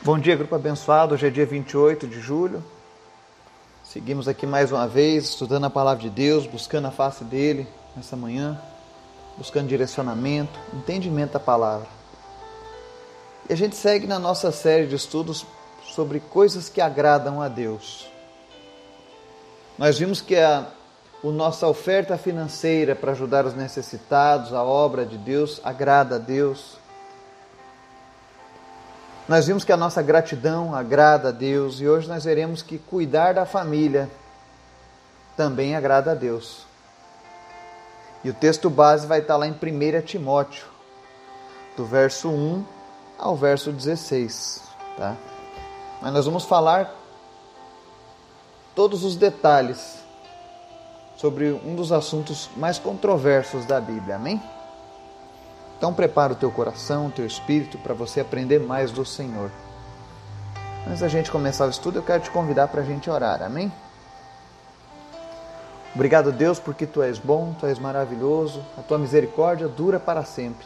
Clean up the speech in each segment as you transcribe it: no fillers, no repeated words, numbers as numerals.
Bom dia, grupo abençoado. Hoje é dia 28 de julho. Seguimos aqui mais uma vez, estudando a palavra de Deus, buscando a face dele nessa manhã, buscando direcionamento, entendimento da palavra. E a gente segue na nossa série de estudos sobre coisas que agradam a Deus. Nós vimos que a nossa oferta financeira para ajudar os necessitados, a obra de Deus, agrada a Deus. Nós vimos que a nossa gratidão agrada a Deus e hoje nós veremos que cuidar da família também agrada a Deus. E o texto base vai estar lá em 1 Timóteo, do verso 1 ao verso 16. Tá? Mas nós vamos falar todos os detalhes sobre um dos assuntos mais controversos da Bíblia. Amém? Então prepara o teu coração, o teu espírito para você aprender mais do Senhor. Antes da gente começar o estudo, eu quero te convidar para a gente orar. Amém? Obrigado, Deus, porque Tu és bom, Tu és maravilhoso, a Tua misericórdia dura para sempre.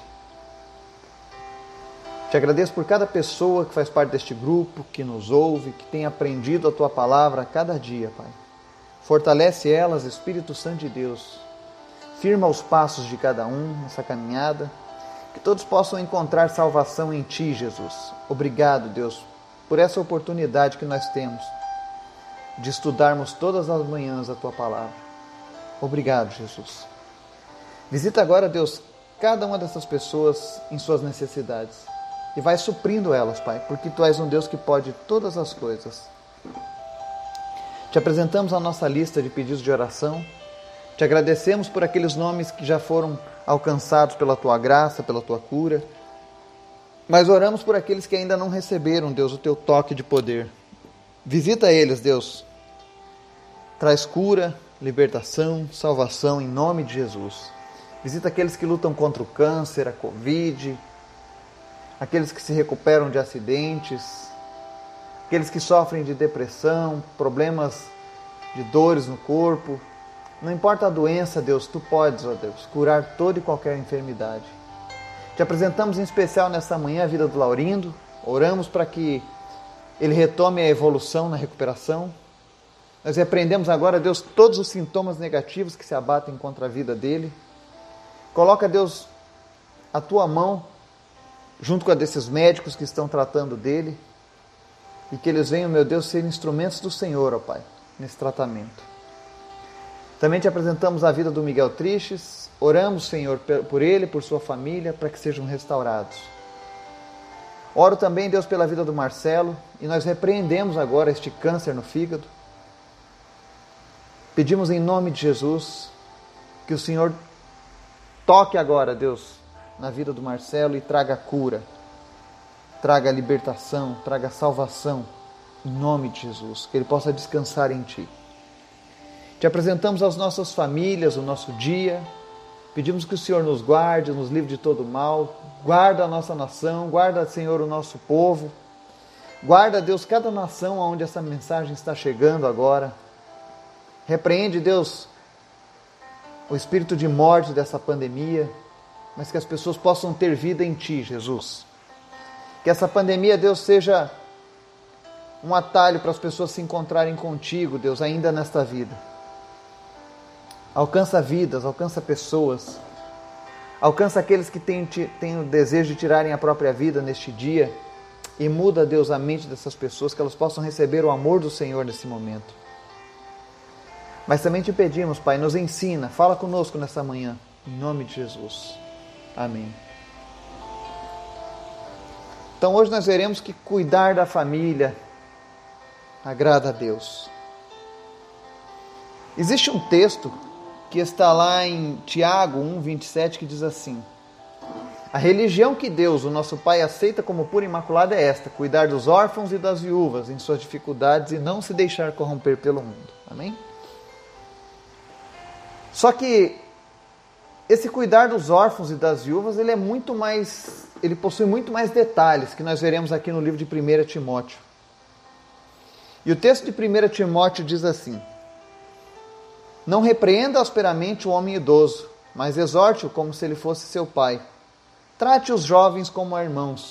Te agradeço por cada pessoa que faz parte deste grupo, que nos ouve, que tem aprendido a Tua palavra a cada dia, Pai. Fortalece elas, Espírito Santo de Deus. Firma os passos de cada um nessa caminhada. Que todos possam encontrar salvação em Ti, Jesus. Obrigado, Deus, por essa oportunidade que nós temos de estudarmos todas as manhãs a Tua palavra. Obrigado, Jesus. Visita agora, Deus, cada uma dessas pessoas em suas necessidades e vai suprindo elas, Pai, porque Tu és um Deus que pode todas as coisas. Te apresentamos a nossa lista de pedidos de oração. Te agradecemos por aqueles nomes que já foram alcançados pela Tua graça, pela Tua cura. Mas oramos por aqueles que ainda não receberam, Deus, o Teu toque de poder. Visita eles, Deus. Traz cura, libertação, salvação em nome de Jesus. Visita aqueles que lutam contra o câncer, a Covid, aqueles que se recuperam de acidentes, aqueles que sofrem de depressão, problemas de dores no corpo. Não importa a doença, Deus, Tu podes, ó Deus, curar toda e qualquer enfermidade. Te apresentamos em especial nessa manhã a vida do Laurindo. Oramos para que ele retome a evolução na recuperação. Nós repreendemos agora, Deus, todos os sintomas negativos que se abatem contra a vida dele. Coloca, Deus, a Tua mão junto com a desses médicos que estão tratando dele e que eles venham, meu Deus, ser instrumentos do Senhor, ó Pai, nesse tratamento. Também Te apresentamos a vida do Miguel Triches. Oramos, Senhor, por ele, por sua família, para que sejam restaurados. Oro também, Deus, pela vida do Marcelo, e nós repreendemos agora este câncer no fígado. Pedimos em nome de Jesus que o Senhor toque agora, Deus, na vida do Marcelo e traga cura, traga libertação, traga salvação, em nome de Jesus, que ele possa descansar em Ti. Te apresentamos as nossas famílias, o nosso dia. Pedimos que o Senhor nos guarde, nos livre de todo mal. Guarda a nossa nação, guarda, Senhor, o nosso povo. Guarda, Deus, cada nação onde essa mensagem está chegando agora. Repreende, Deus, o espírito de morte dessa pandemia, mas que as pessoas possam ter vida em Ti, Jesus. Que essa pandemia, Deus, seja um atalho para as pessoas se encontrarem contigo, Deus, ainda nesta vida. Alcança vidas, alcança pessoas, alcança aqueles que têm o desejo de tirarem a própria vida neste dia e muda, Deus, a mente dessas pessoas, que elas possam receber o amor do Senhor nesse momento. Mas também Te pedimos, Pai, nos ensina, fala conosco nessa manhã, em nome de Jesus. Amém. Então hoje nós veremos que cuidar da família agrada a Deus. Existe um texto que está lá em Tiago 1:27, que diz assim: a religião que Deus, o nosso Pai, aceita como pura e imaculada é esta: cuidar dos órfãos e das viúvas em suas dificuldades e não se deixar corromper pelo mundo. Amém? Só que esse cuidar dos órfãos e das viúvas, ele possui muito mais detalhes, que nós veremos aqui no livro de 1 Timóteo. E o texto de 1 Timóteo diz assim: não repreenda asperamente o homem idoso, mas exorte-o como se ele fosse seu pai. Trate os jovens como irmãos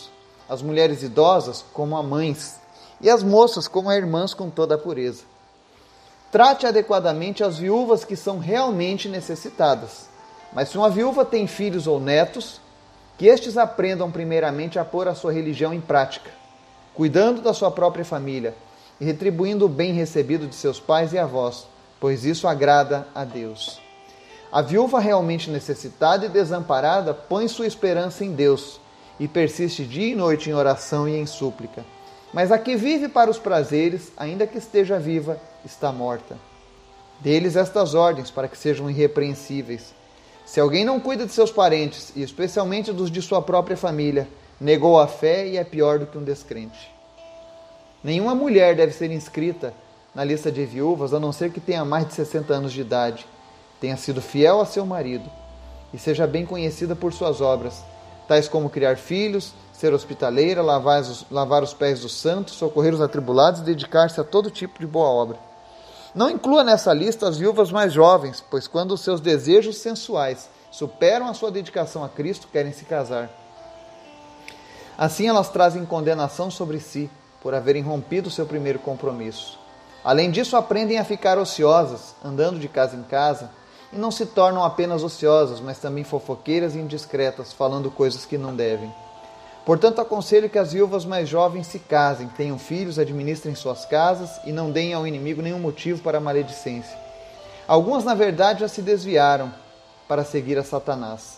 as mulheres idosas como a mães, e as moças como a irmãs com toda a pureza. Trate adequadamente as viúvas que são realmente necessitadas. Mas se uma viúva tem filhos ou netos, que estes aprendam primeiramente a pôr a sua religião em prática, cuidando da sua própria família e retribuindo o bem recebido de seus pais e avós, pois isso agrada a Deus. A viúva realmente necessitada e desamparada põe sua esperança em Deus e persiste dia e noite em oração e em súplica. Mas a que vive para os prazeres, ainda que esteja viva, está morta. Dê-lhes estas ordens para que sejam irrepreensíveis. Se alguém não cuida de seus parentes, e especialmente dos de sua própria família, negou a fé e é pior do que um descrente. Nenhuma mulher deve ser inscrita na lista de viúvas, a não ser que tenha mais de 60 anos de idade, tenha sido fiel a seu marido e seja bem conhecida por suas obras, tais como criar filhos, ser hospitaleira, lavar os pés dos santos, socorrer os atribulados e dedicar-se a todo tipo de boa obra. Não inclua nessa lista as viúvas mais jovens, pois quando os seus desejos sensuais superam a sua dedicação a Cristo, querem se casar. Assim elas trazem condenação sobre si, por haverem rompido seu primeiro compromisso. Além disso, aprendem a ficar ociosas, andando de casa em casa, e não se tornam apenas ociosas, mas também fofoqueiras e indiscretas, falando coisas que não devem. Portanto, aconselho que as viúvas mais jovens se casem, tenham filhos, administrem suas casas e não deem ao inimigo nenhum motivo para a maledicência. Algumas, na verdade, já se desviaram para seguir a Satanás.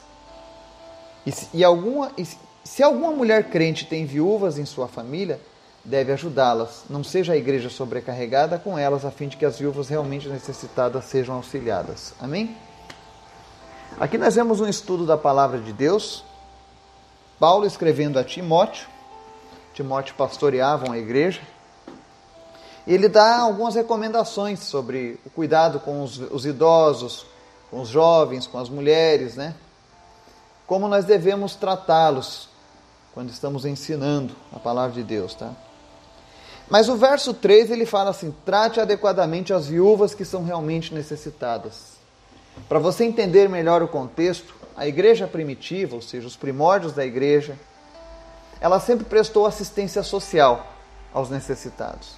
Se alguma mulher crente tem viúvas em sua família, deve ajudá-las. Não seja a igreja sobrecarregada com elas, a fim de que as viúvas realmente necessitadas sejam auxiliadas. Amém? Aqui nós vemos um estudo da palavra de Deus. Paulo escrevendo a Timóteo. Timóteo pastoreava uma igreja. Ele dá algumas recomendações sobre o cuidado com os idosos, com os jovens, com as mulheres, né? Como nós devemos tratá-los quando estamos ensinando a palavra de Deus, tá? Mas o verso 3 ele fala assim: trate adequadamente as viúvas que são realmente necessitadas. Para você entender melhor o contexto, a igreja primitiva, ou seja, os primórdios da igreja, ela sempre prestou assistência social aos necessitados.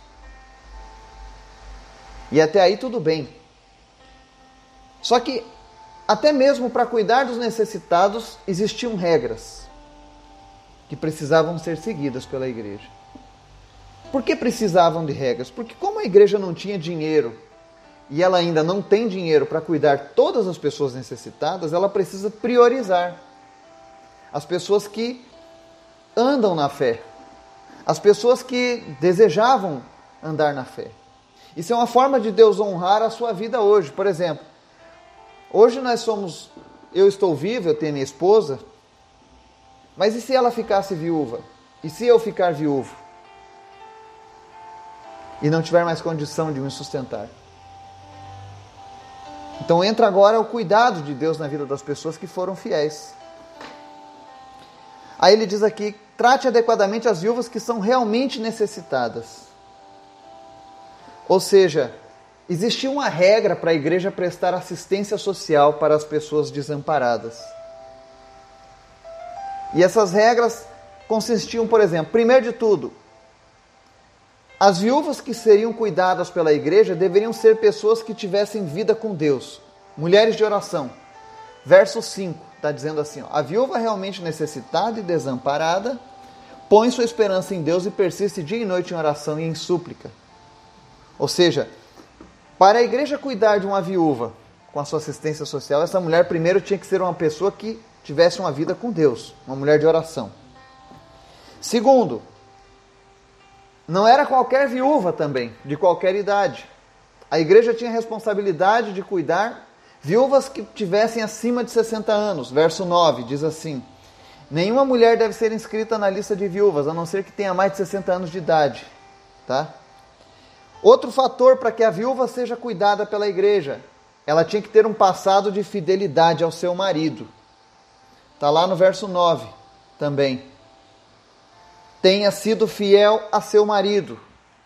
E até aí tudo bem. Só que até mesmo para cuidar dos necessitados existiam regras que precisavam ser seguidas pela igreja. Por que precisavam de regras? Porque como a igreja não tinha dinheiro e ela ainda não tem dinheiro para cuidar de todas as pessoas necessitadas, ela precisa priorizar as pessoas que andam na fé, as pessoas que desejavam andar na fé. Isso é uma forma de Deus honrar a sua vida hoje. Por exemplo, hoje eu estou vivo, eu tenho minha esposa, mas e se ela ficasse viúva? E se eu ficar viúvo? E não tiver mais condição de me sustentar? Então entra agora o cuidado de Deus na vida das pessoas que foram fiéis. Aí ele diz aqui: trate adequadamente as viúvas que são realmente necessitadas. Ou seja, existia uma regra para a igreja prestar assistência social para as pessoas desamparadas. E essas regras consistiam, por exemplo, primeiro de tudo, as viúvas que seriam cuidadas pela igreja deveriam ser pessoas que tivessem vida com Deus, mulheres de oração. Verso 5 está dizendo assim: a viúva realmente necessitada e desamparada põe sua esperança em Deus e persiste dia e noite em oração e em súplica. Ou seja, para a igreja cuidar de uma viúva com a sua assistência social, essa mulher primeiro tinha que ser uma pessoa que tivesse uma vida com Deus, uma mulher de oração. Segundo, não era qualquer viúva também, de qualquer idade. A igreja tinha a responsabilidade de cuidar viúvas que tivessem acima de 60 anos. Verso 9 diz assim: nenhuma mulher deve ser inscrita na lista de viúvas, a não ser que tenha mais de 60 anos de idade. Tá? Outro fator para que a viúva seja cuidada pela igreja: ela tinha que ter um passado de fidelidade ao seu marido. Está lá no verso 9 também. Tenha sido fiel a seu marido.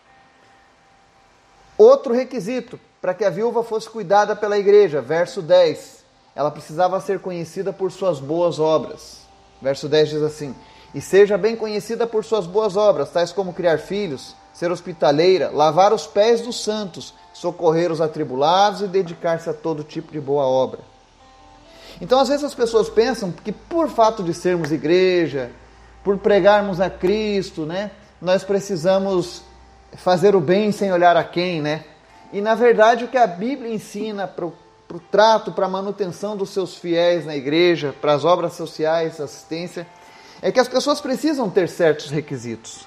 Outro requisito para que a viúva fosse cuidada pela igreja, verso 10, ela precisava ser conhecida por suas boas obras. Verso 10 diz assim: e seja bem conhecida por suas boas obras, tais como criar filhos, ser hospitaleira, lavar os pés dos santos, socorrer os atribulados e dedicar-se a todo tipo de boa obra. Então, às vezes as pessoas pensam que por fato de sermos igreja, por pregarmos a Cristo, né, nós precisamos fazer o bem sem olhar a quem, né? E na verdade o que a Bíblia ensina para o trato, para a manutenção dos seus fiéis na igreja, para as obras sociais, assistência, é que as pessoas precisam ter certos requisitos.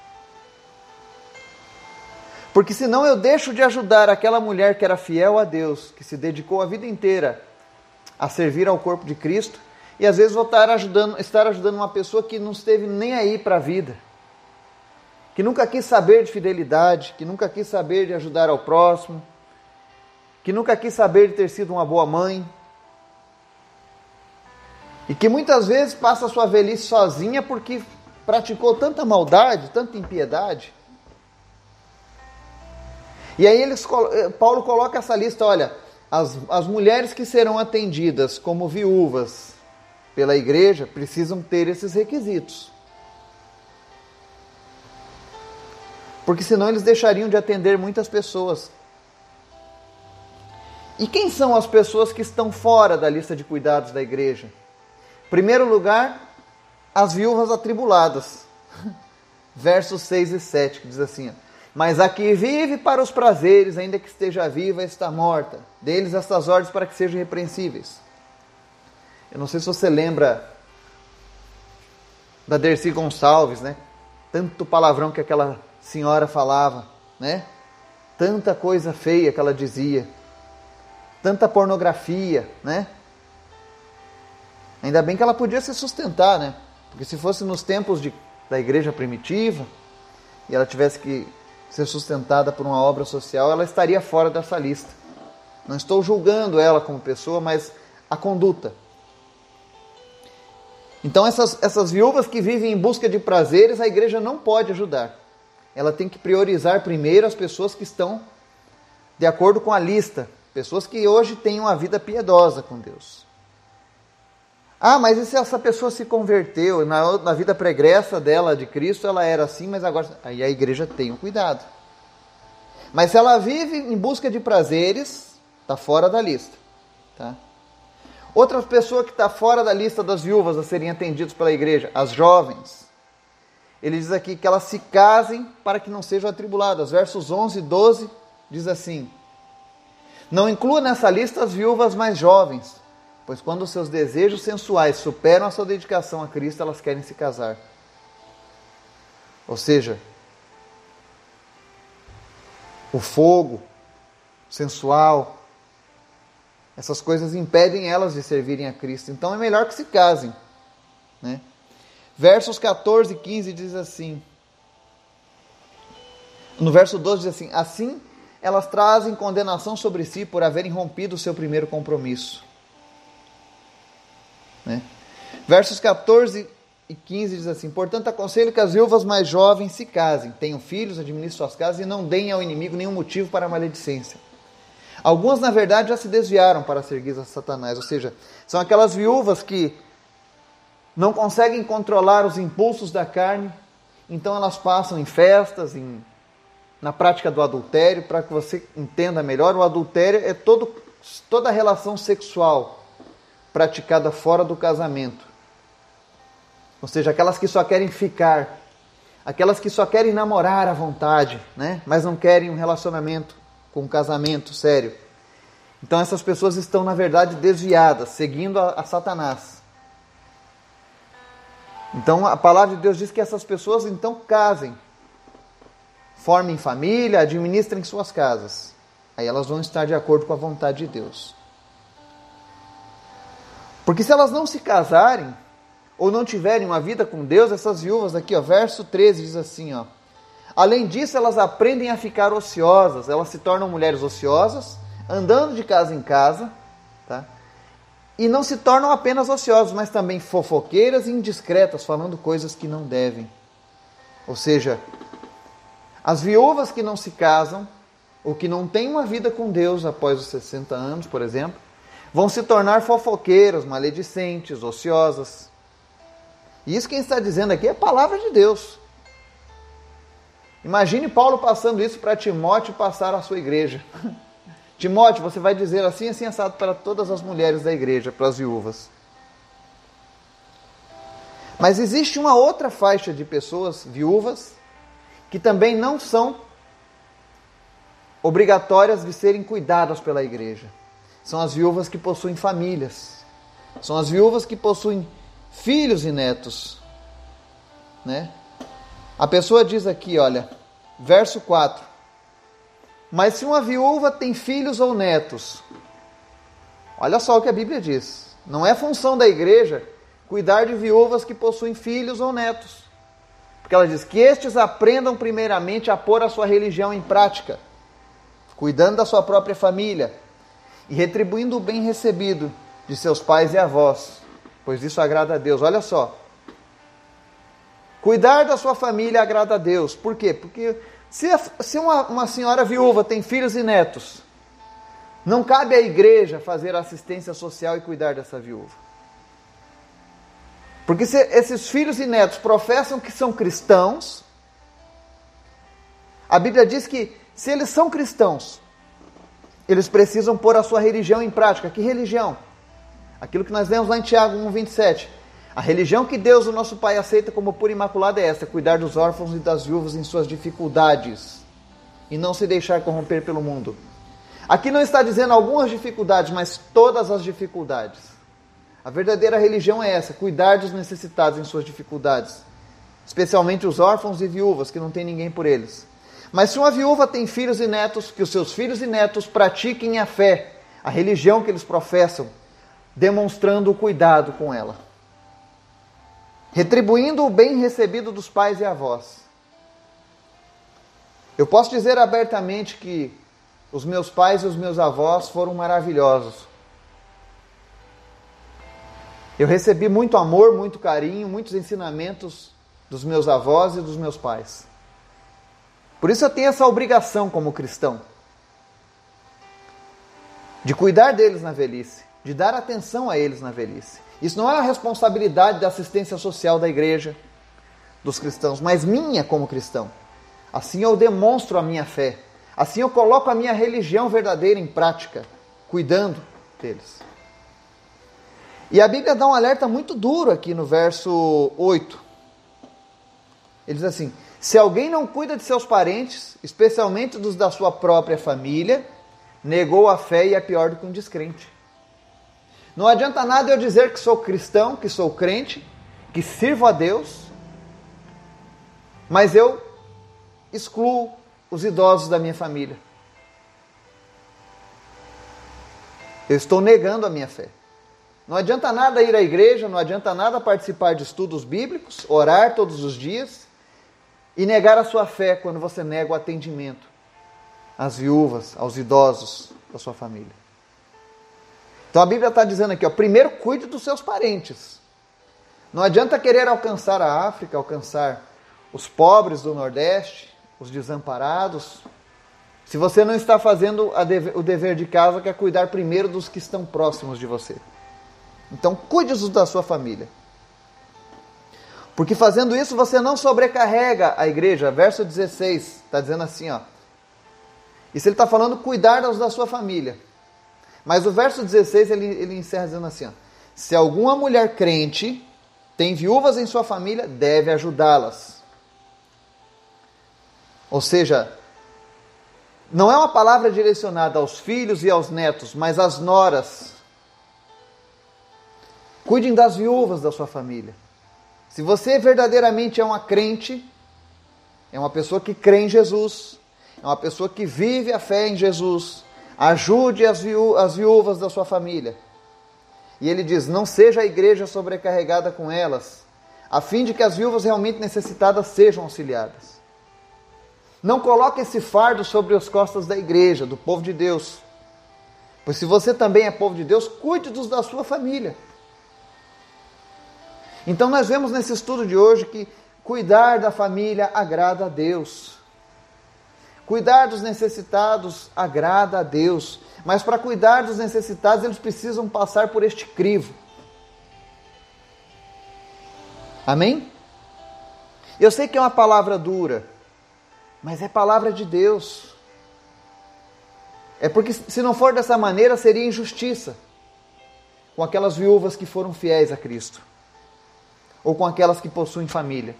Porque senão eu deixo de ajudar aquela mulher que era fiel a Deus, que se dedicou a vida inteira a servir ao corpo de Cristo, e às vezes vou estar ajudando uma pessoa que não esteve nem aí para a vida, que nunca quis saber de fidelidade, que nunca quis saber de ajudar ao próximo, que nunca quis saber de ter sido uma boa mãe, e que muitas vezes passa a sua velhice sozinha porque praticou tanta maldade, tanta impiedade. E aí Paulo coloca essa lista, olha, as mulheres que serão atendidas como viúvas pela igreja precisam ter esses requisitos. Porque senão eles deixariam de atender muitas pessoas. E quem são as pessoas que estão fora da lista de cuidados da igreja? Em primeiro lugar, as viúvas atribuladas. Versos 6 e 7, que diz assim, ó, mas a que vive para os prazeres, ainda que esteja viva, está morta. Deles estas ordens para que sejam irrepreensíveis. Eu não sei se você lembra da Dercy Gonçalves, né? Tanto palavrão que aquela senhora falava, né? Tanta coisa feia que ela dizia. Tanta pornografia, né? Ainda bem que ela podia se sustentar, né? Porque se fosse nos tempos da igreja primitiva, e ela tivesse que ser sustentada por uma obra social, ela estaria fora dessa lista. Não estou julgando ela como pessoa, mas a conduta. Então essas viúvas que vivem em busca de prazeres, a igreja não pode ajudar. Ela tem que priorizar primeiro as pessoas que estão de acordo com a lista. Pessoas que hoje têm uma vida piedosa com Deus. Ah, mas e se essa pessoa se converteu? Na vida pregressa dela, de Cristo, ela era assim, mas agora... Aí a igreja tem um cuidado. Mas se ela vive em busca de prazeres, está fora da lista. Tá? Outra pessoa que está fora da lista das viúvas a serem atendidas pela igreja, as jovens. Ele diz aqui que elas se casem para que não sejam atribuladas. Versos 11 e 12 diz assim, não inclua nessa lista as viúvas mais jovens, pois quando os seus desejos sensuais superam a sua dedicação a Cristo, elas querem se casar. Ou seja, o fogo sensual, essas coisas impedem elas de servirem a Cristo. Então é melhor que se casem, né? Versos 14 e 15 diz assim, no verso 12 diz assim, assim elas trazem condenação sobre si por haverem rompido o seu primeiro compromisso. Né? Versos 14 e 15 diz assim, portanto aconselho que as viúvas mais jovens se casem, tenham filhos, administrem suas casas e não deem ao inimigo nenhum motivo para a maledicência. Algumas na verdade já se desviaram para servir a Satanás, ou seja, são aquelas viúvas que não conseguem controlar os impulsos da carne, então elas passam em festas, na prática do adultério. Para que você entenda melhor, o adultério é toda relação sexual praticada fora do casamento. Ou seja, aquelas que só querem ficar, aquelas que só querem namorar à vontade, né? Mas não querem um relacionamento com um casamento sério. Então essas pessoas estão, na verdade, desviadas, seguindo a Satanás. Então a palavra de Deus diz que essas pessoas então casem, formem família, administrem suas casas. Aí elas vão estar de acordo com a vontade de Deus. Porque se elas não se casarem, ou não tiverem uma vida com Deus, essas viúvas aqui, ó, verso 13 diz assim, ó, além disso elas aprendem a ficar ociosas, elas se tornam mulheres ociosas, andando de casa em casa, tá? E não se tornam apenas ociosas, mas também fofoqueiras e indiscretas, falando coisas que não devem. Ou seja, as viúvas que não se casam, ou que não têm uma vida com Deus após os 60 anos, por exemplo, vão se tornar fofoqueiras, maledicentes, ociosas. E isso quem está dizendo aqui é a palavra de Deus. Imagine Paulo passando isso para Timóteo passar à sua igreja. Timóteo, você vai dizer assim, assim, assado para todas as mulheres da igreja, para as viúvas. Mas existe uma outra faixa de pessoas viúvas que também não são obrigatórias de serem cuidadas pela igreja. São as viúvas que possuem famílias. São as viúvas que possuem filhos e netos. Né? A pessoa diz aqui, olha, verso 4. Mas se uma viúva tem filhos ou netos, olha só o que a Bíblia diz. Não é função da igreja cuidar de viúvas que possuem filhos ou netos. Porque ela diz que estes aprendam primeiramente a pôr a sua religião em prática, cuidando da sua própria família e retribuindo o bem recebido de seus pais e avós, pois isso agrada a Deus. Olha só. Cuidar da sua família agrada a Deus. Por quê? Porque se uma senhora viúva tem filhos e netos, não cabe à igreja fazer assistência social e cuidar dessa viúva. Porque se esses filhos e netos professam que são cristãos, a Bíblia diz que se eles são cristãos, eles precisam pôr a sua religião em prática. Que religião? Aquilo que nós lemos lá em Tiago 1,27. A religião que Deus, o nosso Pai, aceita como pura e imaculada é esta: cuidar dos órfãos e das viúvas em suas dificuldades e não se deixar corromper pelo mundo. Aqui não está dizendo algumas dificuldades, mas todas as dificuldades. A verdadeira religião é essa: cuidar dos necessitados em suas dificuldades, especialmente os órfãos e viúvas, que não tem ninguém por eles. Mas se uma viúva tem filhos e netos, que os seus filhos e netos pratiquem a fé, a religião que eles professam, demonstrando o cuidado com ela, retribuindo o bem recebido dos pais e avós. Eu posso dizer abertamente que os meus pais e os meus avós foram maravilhosos. Eu recebi muito amor, muito carinho, muitos ensinamentos dos meus avós e dos meus pais. Por isso eu tenho essa obrigação como cristão, de cuidar deles na velhice, de dar atenção a eles na velhice. Isso não é uma responsabilidade da assistência social da igreja, dos cristãos, mas minha como cristão. Assim eu demonstro a minha fé, assim eu coloco a minha religião verdadeira em prática, cuidando deles. E a Bíblia dá um alerta muito duro aqui no verso 8. Ele diz assim: se alguém não cuida de seus parentes, especialmente dos da sua própria família, negou a fé e é pior do que um descrente. Não adianta nada eu dizer que sou cristão, que sou crente, que sirvo a Deus, mas eu excluo os idosos da minha família. Eu estou negando a minha fé. Não adianta nada ir à igreja, não adianta nada participar de estudos bíblicos, orar todos os dias e negar a sua fé quando você nega o atendimento às viúvas, aos idosos da sua família. Então a Bíblia está dizendo aqui, ó, primeiro cuide dos seus parentes. Não adianta querer alcançar a África, alcançar os pobres do Nordeste, os desamparados, se você não está fazendo o dever de casa, que é cuidar primeiro dos que estão próximos de você. Então cuide da sua família. Porque fazendo isso você não sobrecarrega a igreja. Verso 16 está dizendo assim, ó. Isso ele está falando cuidar da sua família. Mas o verso 16 ele encerra dizendo assim, ó. Se alguma mulher crente tem viúvas em sua família, deve ajudá-las. Ou seja, não é uma palavra direcionada aos filhos e aos netos, mas às noras. Cuidem das viúvas da sua família. Se você verdadeiramente é uma crente, é uma pessoa que crê em Jesus, é uma pessoa que vive a fé em Jesus, ajude as viúvas da sua família. E ele diz, não seja a igreja sobrecarregada com elas, a fim de que as viúvas realmente necessitadas sejam auxiliadas. Não coloque esse fardo sobre as costas da igreja, do povo de Deus. Pois se você também é povo de Deus, cuide da sua família. Então nós vemos nesse estudo de hoje que cuidar da família agrada a Deus. Cuidar dos necessitados agrada a Deus. Mas para cuidar dos necessitados, eles precisam passar por este crivo. Amém? Eu sei que é uma palavra dura, mas é palavra de Deus. É porque se não for dessa maneira, seria injustiça com aquelas viúvas que foram fiéis a Cristo, ou com aquelas que possuem família.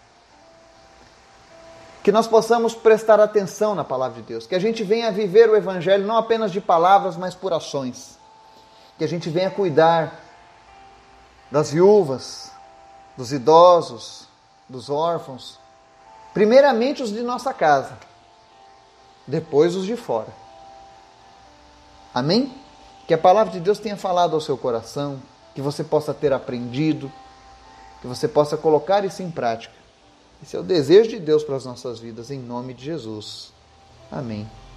Que nós possamos prestar atenção na palavra de Deus, que a gente venha viver o Evangelho não apenas de palavras, mas por ações. Que a gente venha cuidar das viúvas, dos idosos, dos órfãos, primeiramente os de nossa casa, depois os de fora. Amém? Que a palavra de Deus tenha falado ao seu coração, que você possa ter aprendido, que você possa colocar isso em prática. Esse é o desejo de Deus para as nossas vidas, em nome de Jesus. Amém.